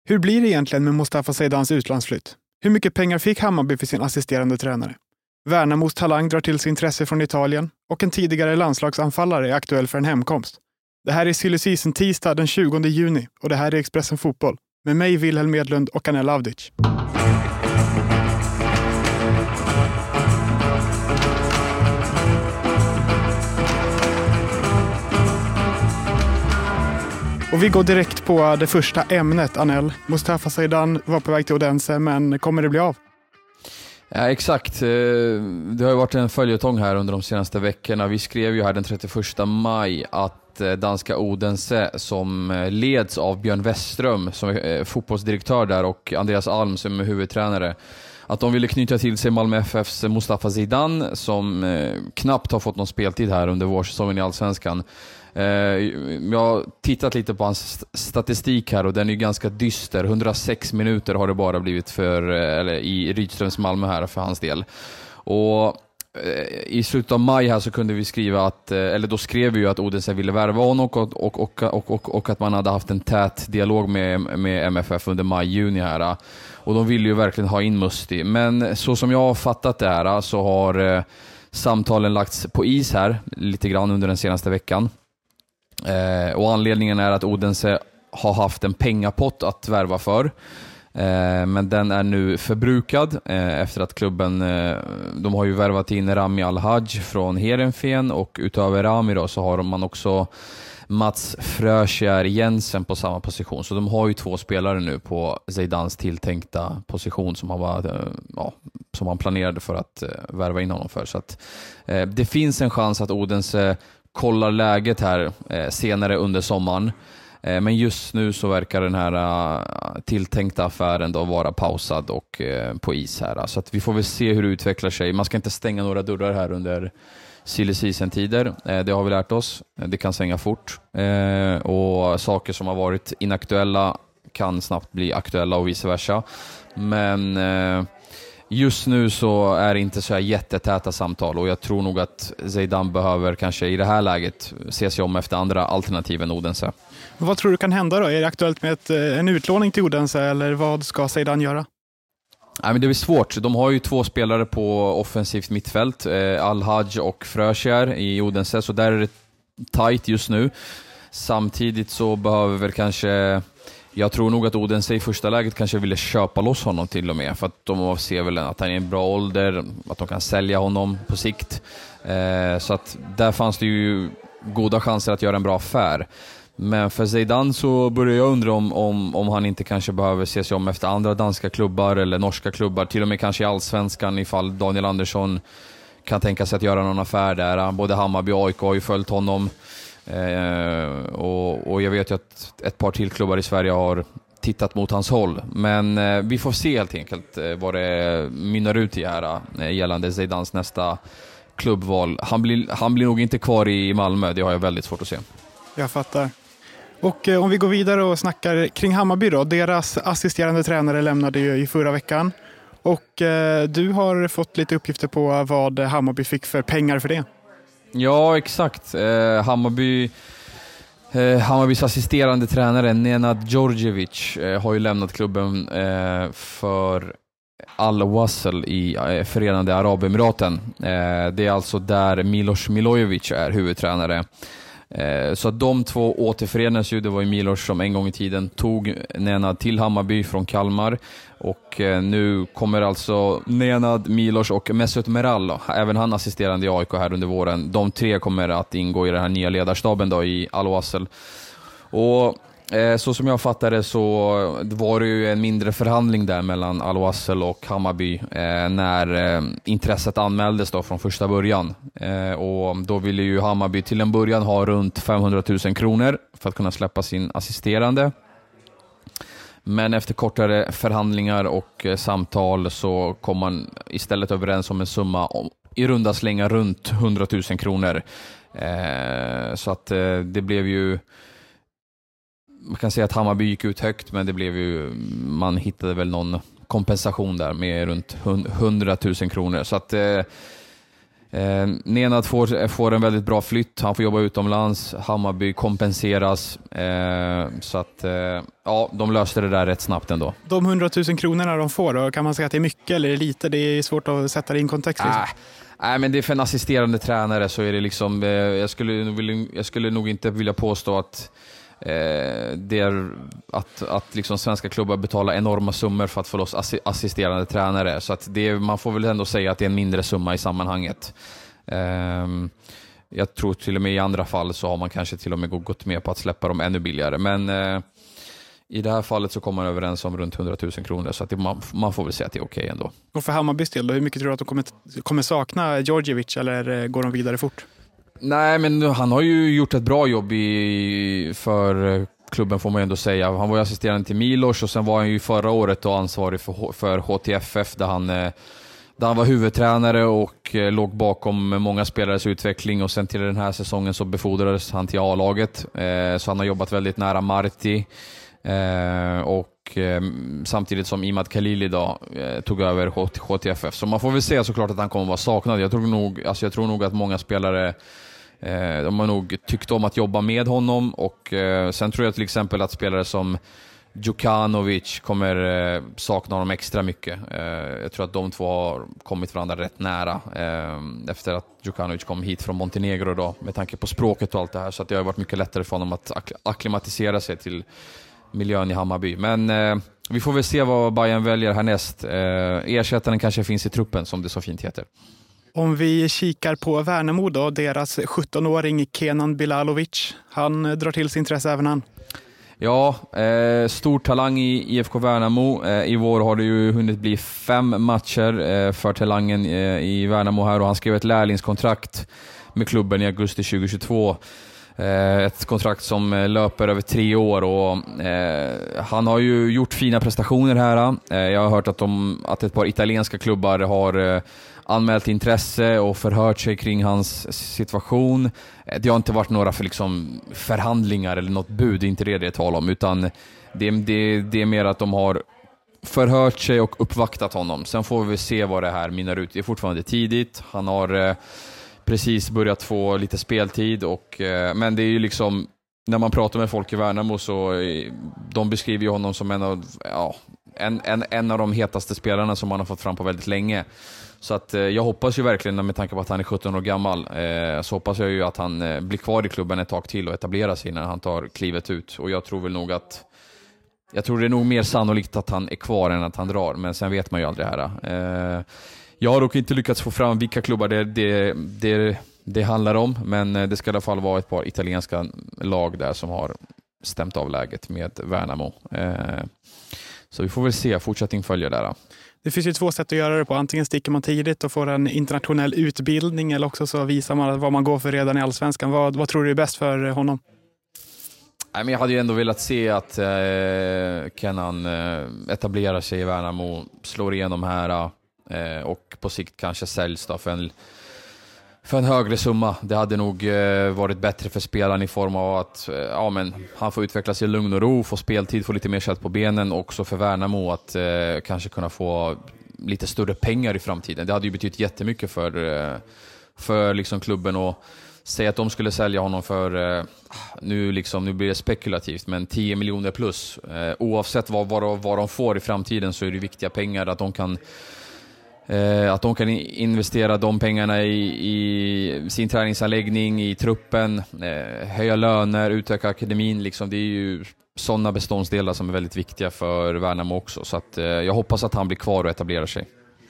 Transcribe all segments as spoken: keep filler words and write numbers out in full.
Hur blir det egentligen med Mustafa Zeidans utlandsflytt? Hur mycket pengar fick Hammarby för sin assisterande tränare? Värnamos talang drar till sig intresse från Italien och en tidigare landslagsanfallare är aktuell för en hemkomst. Det här är Silly Season tisdag den tjugonde juni och det här är Expressen Fotboll med mig Wilhelm Medlund och Anel Avdic. Och vi går direkt på det första ämnet, Anel. Mustafa Zeidan var på väg till Odense, men kommer det bli av? Ja, exakt. Det har ju varit en följetong här under de senaste veckorna. Vi skrev ju här den trettioförsta maj att danska Odense, som leds av Björn Westström som är fotbollsdirektör där och Andreas Alm som är huvudtränare, att de ville knyta till sig Malmö F F:s Mustafa Zeidan som knappt har fått någon speltid här under vårsäsongen i Allsvenskan. Jag har tittat lite på hans statistik här och den är ganska dyster. hundrasex minuter har det bara blivit för, eller i Rydströms Malmö här för hans del. Och i slutet av maj här så kunde vi skriva att, eller då skrev vi ju att Odense ville värva honom och, och, och, och, och, och att man hade haft en tät dialog med, med M F F under maj-juni här. Och de ville ju verkligen ha in Musti. Men så som jag har fattat det här så har samtalen lagts på is här lite grann under den senaste veckan. Eh, och anledningen är att Odense har haft en pengapott att värva för, eh, men den är nu förbrukad eh, efter att klubben, eh, de har ju värvat in Rami Al-Haj från Heerenveen och utöver Rami då, så har man också Mats Frökjær Jensen på samma position, så de har ju två spelare nu på Zeidans tilltänkta position som han, var, eh, ja, som han planerade för att eh, värva in honom för. Så att, eh, det finns en chans att Odense kollar läget här eh, senare under sommaren. Eh, men just nu så verkar den här uh, tilltänkta affären då vara pausad och uh, på is här. Så att vi får väl se hur det utvecklar sig. Man ska inte stänga några dörrar här under silly season-tider. Eh, det har vi lärt oss. Det kan svänga fort. Eh, och saker som har varit inaktuella kan snabbt bli aktuella och vice versa. Men eh, just nu så är det inte så här jättetäta samtal och jag tror nog att Zeidan behöver kanske i det här läget se sig om efter andra alternativ än Odense. Vad tror du kan hända då? Är det aktuellt med ett, en utlåning till Odense eller vad ska Zeidan göra? Nej, men det är svårt. De har ju två spelare på offensivt mittfält, eh, Al-Haj och Frökjær i Odense, så där är det tajt just nu. Samtidigt så behöver väl kanske... Jag tror nog att Odense i första läget kanske ville köpa loss honom till och med, för att de ser väl att han är i en bra ålder, att de kan sälja honom på sikt. Eh, så att där fanns det ju goda chanser att göra en bra affär. Men för Zeidan så börjar jag undra om, om, om han inte kanske behöver se sig om efter andra danska klubbar eller norska klubbar, till och med kanske i Allsvenskan ifall Daniel Andersson kan tänka sig att göra någon affär där. Både Hammarby och A I K har ju följt honom. Eh, och, och jag vet ju att ett par till klubbar i Sverige har tittat mot hans håll, men eh, vi får se helt enkelt eh, vad det mynnar ut i här eh, gällande Zeidans nästa klubbval. Han blir, han blir nog inte kvar i Malmö, det har jag väldigt svårt att se. Jag fattar. Och eh, om vi går vidare och snackar kring Hammarby då, deras assisterande tränare lämnade ju i förra veckan och eh, du har fått lite uppgifter på vad Hammarby fick för pengar för det. Ja, exakt. Eh, Hammarby, eh, Hammarbys assisterande tränare Nenad Djordjevic eh, har ju lämnat klubben eh, för Al-Wassel i eh, Förenade Arabemiraten. Eh, det är alltså där Milos Milojevic är huvudtränare. Eh, så att de två återförenas ju. Det var ju Milos som en gång i tiden tog Nenad till Hammarby från Kalmar. Och eh, nu kommer alltså Nenad, Milos och Mesut Meral, även han assisterande i A I K här under våren. De tre kommer att ingå i den här nya ledarstaben då i Al-Wassel. Och eh, så som jag fattade så var det ju en mindre förhandling där mellan Al-Wassel och Hammarby eh, när eh, intresset anmäldes då från första början. Eh, och då ville ju Hammarby till en början ha runt femhundratusen kronor för att kunna släppa sin assisterande. Men efter kortare förhandlingar och eh, samtal så kom man istället överens om en summa om, i runda slänga runt hundratusen kronor. Eh, så att eh, det blev ju... Man kan säga att Hammarby gick ut högt, men det blev ju... Man hittade väl någon kompensation där med runt hundratusen kronor. Så att... Eh, Eh, Nenad får, får en väldigt bra flytt, han får jobba utomlands, Hammarby kompenseras, eh, så att eh, ja, de löste det där rätt snabbt ändå. De hundratusen kronorna de får då, kan man säga att det är mycket eller lite? Det är svårt att sätta det i en kontext. Liksom. Äh, nej, men det är för en assisterande tränare så är det liksom, eh, jag, skulle, jag skulle nog inte vilja påstå att Eh, det är att, att liksom svenska klubbar betalar enorma summor för att få loss assi- assisterande tränare, så att det, man får väl ändå säga att det är en mindre summa i sammanhanget. Eh, jag tror till och med i andra fall så har man kanske till och med gått med på att släppa dem ännu billigare, men eh, i det här fallet så kommer man överens om runt hundratusen kronor, så att det, man, man får väl säga att det är okej ändå. Och för Hammarbys del då, hur mycket tror du att de kommer, kommer sakna Djordjevic, eller går de vidare fort? Nej, men han har ju gjort ett bra jobb i, för klubben får man ändå säga. Han var ju assisterande till Milos och sen var han ju förra året då ansvarig för, för H T F F där han, där han var huvudtränare och låg bakom många spelares utveckling, och sen till den här säsongen så befordrades han till A-laget. Så han har jobbat väldigt nära Marti och samtidigt som Imad Khalili då tog över H T F F. Så man får väl säga såklart att han kommer att vara saknad. Jag tror nog, alltså jag tror nog att många spelare Eh, de har nog tyckt om att jobba med honom, och eh, sen tror jag till exempel att spelare som Djukanovic kommer eh, sakna honom extra mycket. Eh, jag tror att de två har kommit varandra rätt nära eh, efter att Djukanovic kom hit från Montenegro då, med tanke på språket och allt det här, så att det har varit mycket lättare för honom att ak- akklimatisera sig till miljön i Hammarby. Men eh, vi får väl se vad Bayern väljer härnäst. Eh, ersättaren kanske finns i truppen, som det så fint heter. Om vi kikar på Värnamo då, deras sjuttonåring Kenan Bilalovic, han drar till sin intresse även han. Ja, eh, stor talang i I F K Värnamo. Eh, I vår har det ju hunnit bli fem matcher eh, för talangen eh, i Värnamo här, och han skrev ett lärlingskontrakt med klubben i augusti tjugohundratjugotvå. Eh, ett kontrakt som eh, löper över tre år, och eh, han har ju gjort fina prestationer här. Eh, jag har hört att, de, att ett par italienska klubbar har eh, anmält intresse och förhört sig kring hans situation. Det har inte varit några för liksom förhandlingar eller något bud, inte det det är tal om, utan det, det, det är mer att de har förhört sig och uppvaktat honom. Sen får vi se vad det här minnar ut. Det är fortfarande tidigt. Han har eh, precis börjat få lite speltid, och, eh, men det är ju liksom, när man pratar med folk i Värnamo så eh, de beskriver ju honom som en av, ja, en, en, en av de hetaste spelarna som man har fått fram på väldigt länge. Så att eh, jag hoppas ju verkligen, med tanke på att han är sjutton år gammal, eh, så hoppas jag ju att han eh, blir kvar i klubben ett tag till och etablerar sig när han tar klivet ut. Och jag tror väl nog att jag tror det är nog mer sannolikt att han är kvar än att han drar, men sen vet man ju aldrig här. Eh, jag har dock inte lyckats få fram vilka klubbar det, det, det, det handlar om, men det ska i alla fall vara ett par italienska lag där som har stämt av läget med Värnamo. Eh, så vi får väl se, fortsättning följer där. Det finns ju två sätt att göra det på. Antingen sticker man tidigt och får en internationell utbildning, eller också så visar man vad man går för redan i Allsvenskan. Vad, vad tror du är bäst för honom? Nej, men jag hade ju ändå velat se att eh, Kenan eh, etablerar sig i Värnamo, slår igenom här eh, och på sikt kanske säljs då för en, för en högre summa. Det hade nog eh, varit bättre för spelaren i form av att eh, ja, men han får utvecklas i lugn och ro, få speltid, få lite mer kött på benen, och också för Värnamo att eh, kanske kunna få lite större pengar i framtiden. Det hade ju betytt jättemycket för, eh, för liksom klubben, och säga att de skulle sälja honom för, eh, nu, liksom, nu blir det spekulativt, men tio miljoner plus. Eh, oavsett vad, vad, vad de får i framtiden så är det viktiga pengar, att de kan eh, att de kan investera de pengarna i, i sin träningsanläggning, i truppen, eh, höja löner, utöka akademin. Liksom. Det är ju sådana beståndsdelar som är väldigt viktiga för Värnamo också. Så att, eh, jag hoppas att han blir kvar och etablerar sig.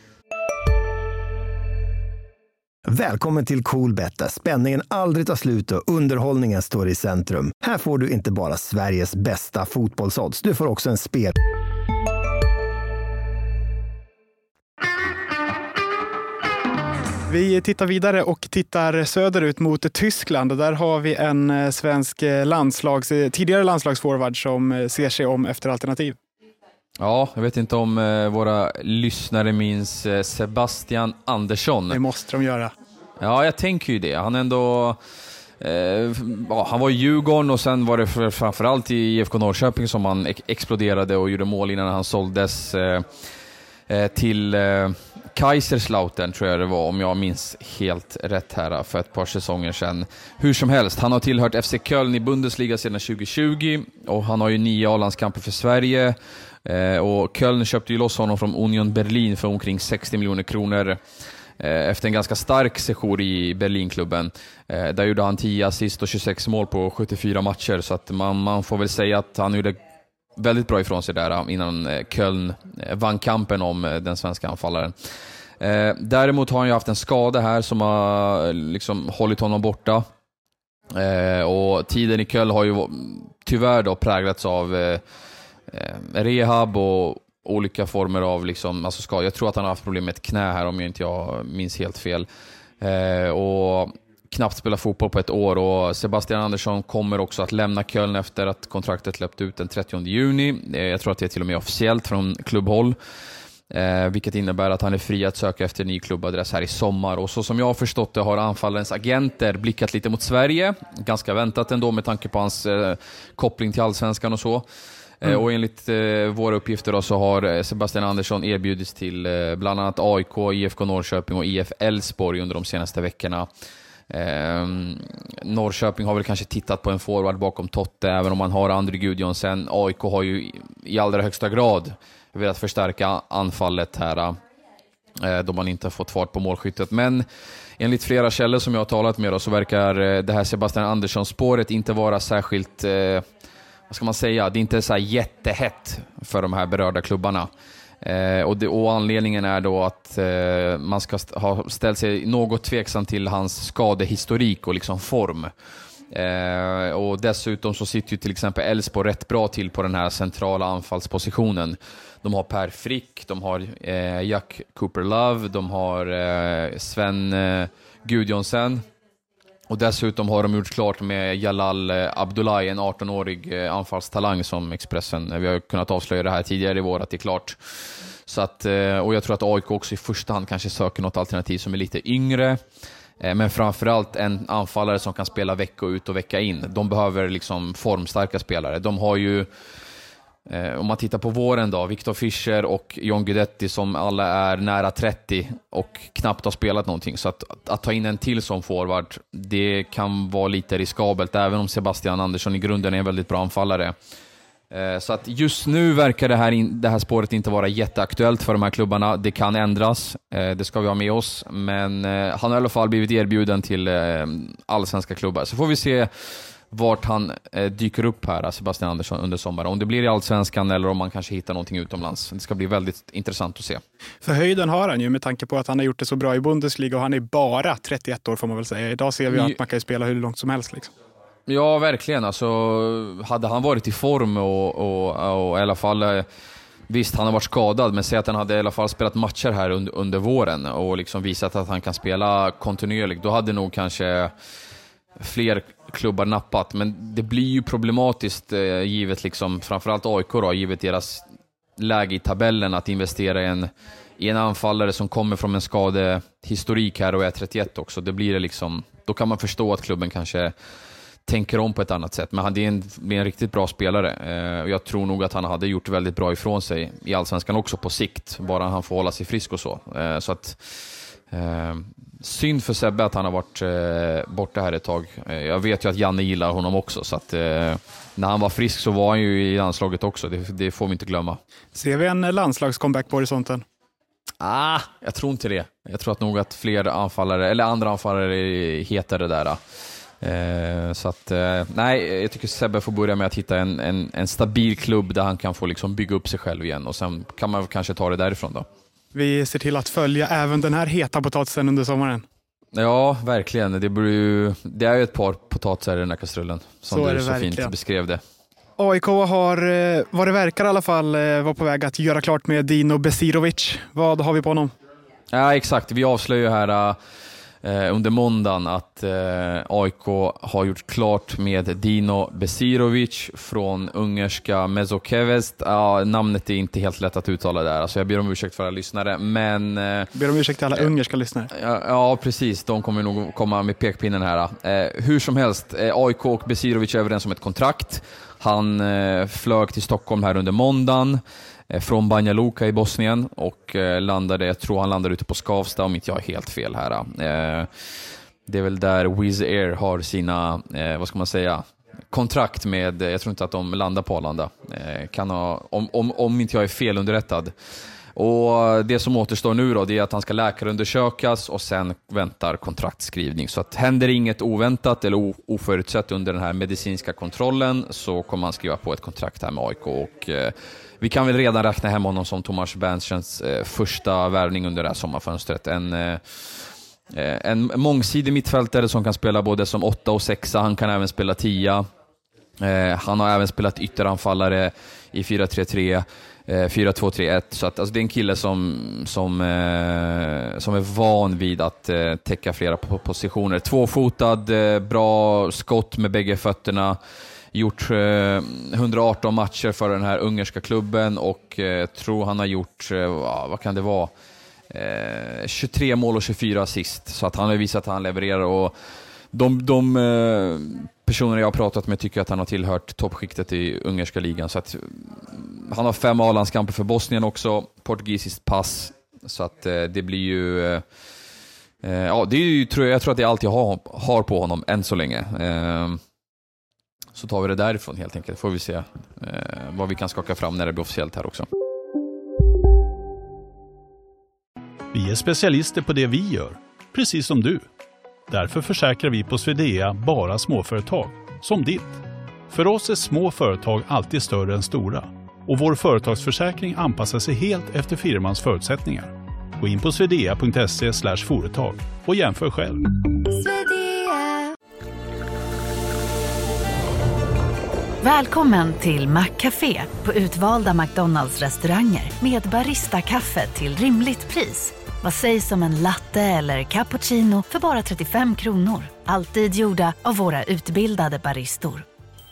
Välkommen till Coolbet, där spänningen aldrig tar slut och underhållningen står i centrum. Här får du inte bara Sveriges bästa fotbollsodds, du får också en spel. Vi tittar vidare och tittar söderut mot Tyskland. Där har vi en svensk landslags, tidigare landslagsforward som ser sig om efter alternativ. Ja, jag vet inte om eh, våra lyssnare minns eh, Sebastian Andersson. Det måste de göra. Ja, jag tänker ju det. Han ändå... Eh, ja, han var i Djurgården, och sen var det för, framförallt i I F K Norrköping som han ex- exploderade och gjorde mål innan han såldes eh, eh, till, eh, Kaiserslautern tror jag det var, om jag minns helt rätt här, för ett par säsonger sedan. Hur som helst, han har tillhört F C Köln i Bundesliga sedan tjugo tjugo och han har ju nio A-landskamper för Sverige. Eh, och Köln köpte ju loss honom från Union Berlin för omkring sextio miljoner kronor eh, efter en ganska stark sejour i Berlinklubben. Eh, där gjorde han tio assist och tjugosex mål på sjuttiofyra matcher, så att man, man får väl säga att han gjorde väldigt bra ifrån sig där innan Köln vann kampen om den svenska anfallaren. Eh, däremot har han ju haft en skada här som har liksom hållit honom borta. Eh, och tiden i Köln har ju tyvärr då präglats av eh, rehab och olika former av liksom, alltså skada. Jag tror att han har haft problem med ett knä här om jag inte jag minns helt fel. Eh, och knappt spela fotboll på ett år, och Sebastian Andersson kommer också att lämna Köln efter att kontraktet löpt ut den trettionde juni. Jag tror att det är till och med officiellt från klubbhåll, eh, vilket innebär att han är fri att söka efter en ny klubbadress här i sommar. Och så som jag har förstått det har anfallarens agenter blickat lite mot Sverige, ganska väntat ändå med tanke på hans eh, koppling till Allsvenskan och så. Mm. Och enligt eh, våra uppgifter då, så har Sebastian Andersson erbjudits till eh, bland annat A I K, I F K Norrköping och I F Elfsborg under de senaste veckorna. Eh, Norrköping har väl kanske tittat på en forward bakom Totte, även om man har André Gudjonsen. A I K har ju i, i allra högsta grad velat förstärka anfallet här, eh, då man inte har fått fart på målskyttet. Men enligt flera källor som jag har talat med då, så verkar eh, det här Sebastian Andersson-spåret inte vara särskilt, eh, vad ska man säga, det är inte så här jättehett för de här berörda klubbarna. Eh, och, det, och anledningen är då att eh, man ska st- ha ställt sig något tveksam till hans skadehistorik och liksom form. Eh, och dessutom så sitter ju till exempel Elfsborg rätt bra till på den här centrala anfallspositionen. De har Per Frick, de har eh, Jack Cooper-Love, de har eh, Sven eh, Gudjonsen. Och dessutom har de gjort klart med Jalal Abdullahi, en arton-årig anfallstalang som Expressen, vi har kunnat avslöja det här tidigare i vår, att det är klart. Så att, och jag tror att A I K också i första hand kanske söker något alternativ som är lite yngre. Men framförallt en anfallare som kan spela vecka ut och vecka in. De behöver liksom formstarka spelare. De har ju, om man tittar på våren då, Viktor Fischer och John Guidetti som alla är nära trettio och knappt har spelat någonting. Så att, att, att ta in en till som forward, det kan vara lite riskabelt, även om Sebastian Andersson i grunden är en väldigt bra anfallare. Eh, så att just nu verkar det här, in, det här spåret inte vara jätteaktuellt för de här klubbarna. Det kan ändras, eh, det ska vi ha med oss. Men eh, han har i alla fall blivit erbjuden till eh, allsvenska klubbar. Så får vi se vart han eh, dyker upp här, Sebastian Andersson, under sommaren. Om det blir i Allsvenskan eller om man kanske hittar någonting utomlands. Det ska bli väldigt intressant att se. För höjden har han ju, med tanke på att han har gjort det så bra i Bundesliga, och han är bara trettioett år får man väl säga. Idag ser vi att man kan ju spela hur långt som helst liksom. Ja, verkligen. Alltså, hade han varit i form och, och, och i alla fall, visst, han har varit skadad, men säg att han hade i alla fall spelat matcher här under, under våren och liksom visat att han kan spela kontinuerligt, då hade nog kanske fler klubbar nappat. Men det blir ju problematiskt eh, givet liksom, framförallt A I K då, givet deras läge i tabellen, att investera i en, i en anfallare som kommer från en skadehistorik här och är trettioett också. Det blir det liksom, då kan man förstå att klubben kanske tänker om på ett annat sätt. Men han är en, är en riktigt bra spelare. Eh, och jag tror nog att han hade gjort väldigt bra ifrån sig i Allsvenskan också på sikt, bara han får hålla sig frisk och så. Eh, så att eh, synd för Sebbe att han har varit eh, borta här ett tag. Eh, jag vet ju att Janne gillar honom också, så att eh, när han var frisk så var han ju i landslaget också. Det, det får vi inte glömma. Ser vi en landslagscomeback på horisonten? Ah, jag tror inte det. Jag tror att nog att fler anfallare, eller andra anfallare är hetare där. Eh, så att, eh, nej, jag tycker Sebbe får börja med att hitta en, en, en stabil klubb där han kan få liksom bygga upp sig själv igen, och sen kan man kanske ta det därifrån då. Vi ser till att följa även den här heta potatisen under sommaren. Ja, verkligen. Det, blir ju, det är ju ett par potatisar i den här kastrullen, som så du så verkligen fint beskrev det. A I K har, vad det verkar i alla fall, var på väg att göra klart med Dino Besirovic. Vad har vi på honom? Ja, exakt. Vi avslöjar här eh, under måndagen att eh, A I K har gjort klart med Dino Besirovic från ungerska Mezokevest. Ja, namnet är inte helt lätt att uttala där, alltså jag ber om ursäkt för alla lyssnare, men eh, ber om ursäkt till alla eh, ungerska lyssnare. Ja, ja, precis. De kommer nog komma med pekpinnen här. Eh, hur som helst, eh, A I K och Besirovic är överens om ett kontrakt. Han eh, flög till Stockholm här under måndagen. från Banja Luka i Bosnien och landade, jag tror han landade ute på Skavsta om inte jag är helt fel här. Det är väl där Wizz Air har sina, vad ska man säga, kontrakt med, jag tror inte att de landar på Arlanda. Kan ha, om, om, om inte jag är fel underrättad. Och det som återstår nu då, det är att han ska läkarundersökas och sen väntar kontraktskrivning. Så att händer inget oväntat eller oförutsett under den här medicinska kontrollen så kommer han skriva på ett kontrakt här med A I K. Och eh, vi kan väl redan räkna hem honom som Tomas Berntjens eh, första värvning under det här sommarfönstret. En, eh, en mångsidig mittfältare som kan spela både som åtta och sexa, han kan även spela tia. Eh, han har även spelat ytteranfallare i fyra tre tre. fyra två tre ett, så att, alltså, det är en kille som, som, eh, som är van vid att eh, täcka flera positioner. Tvåfotad, eh, bra skott med bägge fötterna, gjort eh, hundraarton matcher för den här ungerska klubben och eh, tror han har gjort, eh, vad kan det vara, eh, tjugotre mål och tjugofyra assist, så att han har visat att han levererar. Och de, de eh, personer jag har pratat med tycker att han har tillhört toppskiktet i ungerska ligan, så att han har fem A-landskamper för Bosnien också, portugisiskt pass, så att eh, det blir ju eh, ja, det är ju, tror jag, jag tror att det är allt jag har, har på honom än så länge. Eh, så tar vi det därifrån helt enkelt, får vi se eh, vad vi kan skaka fram när det blir officiellt här också. Vi är specialister på det vi gör, precis som du. Därför försäkrar vi på Swedea bara småföretag, som ditt. För oss är små företag alltid större än stora. Och vår företagsförsäkring anpassar sig helt efter firmans förutsättningar. Gå in på swedea punkt se slash företag och jämför själv. Välkommen till McCafé på utvalda McDonalds-restauranger med barista-kaffe till rimligt pris. Vad sägs om en latte eller cappuccino för bara trettiofem kronor? Alltid gjorda av våra utbildade baristor.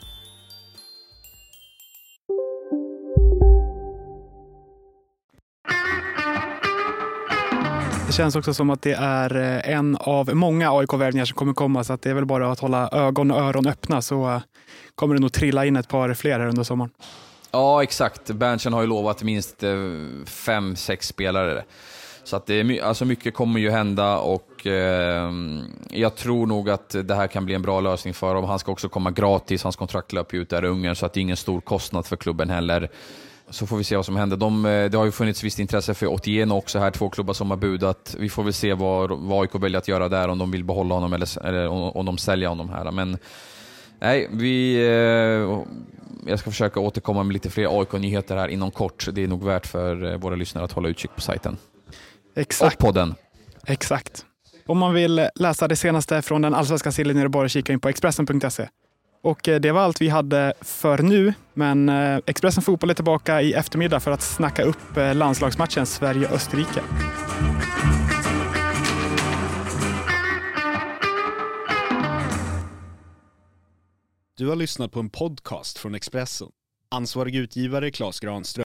Det känns också som att det är en av många A I K-värvningar som kommer komma, så att det är väl bara att hålla ögon och öron öppna, så kommer det nog trilla in ett par fler här under sommaren. Ja, exakt. Berntsen har ju lovat minst fem, sex spelare. Så att det är, alltså mycket kommer ju hända och eh, jag tror nog att det här kan bli en bra lösning för honom. Han ska också komma gratis, hans kontrakt löper ut där i Ungern, så att det är ingen stor kostnad för klubben heller. Så får vi se vad som händer. De, det har ju funnits visst intresse för Otieno också här, två klubbar som har budat. Vi får väl se vad, vad A I K väljer att göra där, om de vill behålla honom eller, eller om, om de säljer honom här. Men nej, vi, eh, jag ska försöka återkomma med lite fler A I K-nyheter här inom kort. Det är nog värt för våra lyssnare att hålla utkik på sajten. Exakt. Och podden. Exakt. Om man vill läsa det senaste från den allsvenska sillen är det bara att kika in på Expressen punkt se. Och det var allt vi hade för nu, men Expressen Fotboll är tillbaka i eftermiddag för att snacka upp landslagsmatchen Sverige-Österrike. Du har lyssnat på en podcast från Expressen. Ansvarig utgivare Claes Granström.